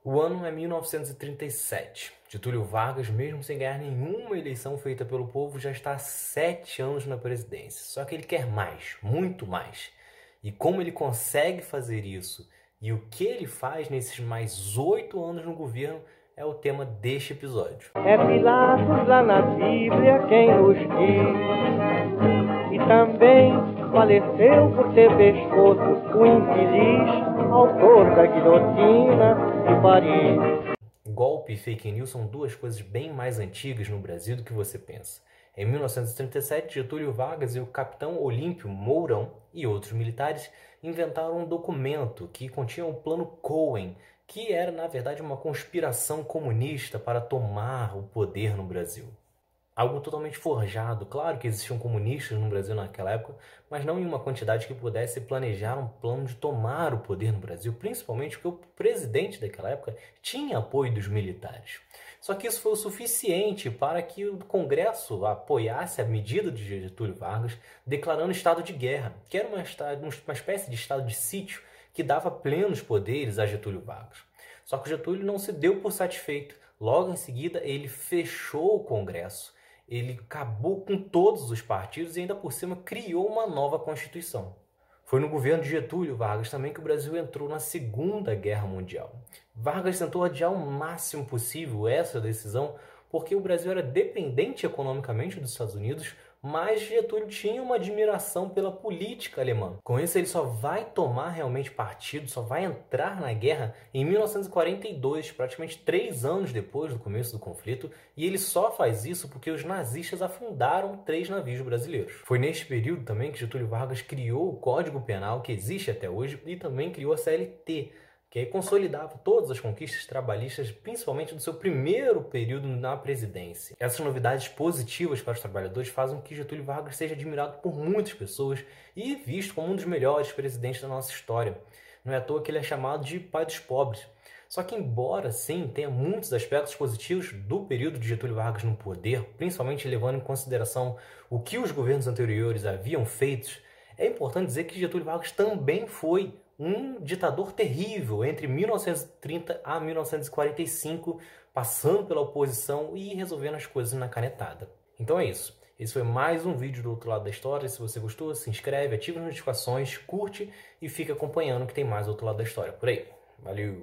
O ano é 1937. Getúlio Vargas, mesmo sem ganhar nenhuma eleição feita pelo povo, já está há 7 anos na presidência. Só que ele quer mais, muito mais. E como ele consegue fazer isso e o que ele faz nesses mais 8 anos no governo é o tema deste episódio. É Pilatos lá na Bíblia quem nos diz, e também faleceu por ter pescoço o infeliz autor da guilhotina de Paris. Golpe e fake news são duas coisas bem mais antigas no Brasil do que você pensa. Em 1937, Getúlio Vargas e o capitão Olímpio Mourão e outros militares inventaram um documento que continha o Plano Cohen, que era, na verdade, uma conspiração comunista para tomar o poder no Brasil. Algo totalmente forjado. Claro que existiam comunistas no Brasil naquela época, mas não em uma quantidade que pudesse planejar um plano de tomar o poder no Brasil, principalmente porque o presidente daquela época tinha apoio dos militares. Só que isso foi o suficiente para que o Congresso apoiasse a medida de Getúlio Vargas, declarando estado de guerra, que era uma espécie de estado de sítio que dava plenos poderes a Getúlio Vargas. Só que o Getúlio não se deu por satisfeito. Logo em seguida, ele fechou o Congresso. Ele acabou com todos os partidos e ainda por cima criou uma nova Constituição. Foi no governo de Getúlio Vargas também que o Brasil entrou na Segunda Guerra Mundial. Vargas tentou adiar o máximo possível essa decisão porque o Brasil era dependente economicamente dos Estados Unidos, mas Getúlio tinha uma admiração pela política alemã. Com isso, ele só vai tomar realmente partido, só vai entrar na guerra em 1942, praticamente 3 anos depois do começo do conflito, e ele só faz isso porque os nazistas afundaram 3 navios brasileiros. Foi neste período também que Getúlio Vargas criou o Código Penal, que existe até hoje, e também criou a CLT, que aí consolidava todas as conquistas trabalhistas, principalmente do seu primeiro período na presidência. Essas novidades positivas para os trabalhadores fazem com que Getúlio Vargas seja admirado por muitas pessoas e visto como um dos melhores presidentes da nossa história. Não é à toa que ele é chamado de pai dos pobres. Só que, embora sim tenha muitos aspectos positivos do período de Getúlio Vargas no poder, principalmente levando em consideração o que os governos anteriores haviam feito, é importante dizer que Getúlio Vargas também foi um ditador terrível entre 1930 a 1945, passando pela oposição e resolvendo as coisas na canetada. Então é isso. Esse foi mais um vídeo do Outro Lado da História. Se você gostou, se inscreve, ativa as notificações, curte e fica acompanhando que tem mais Outro Lado da História por aí. Valeu!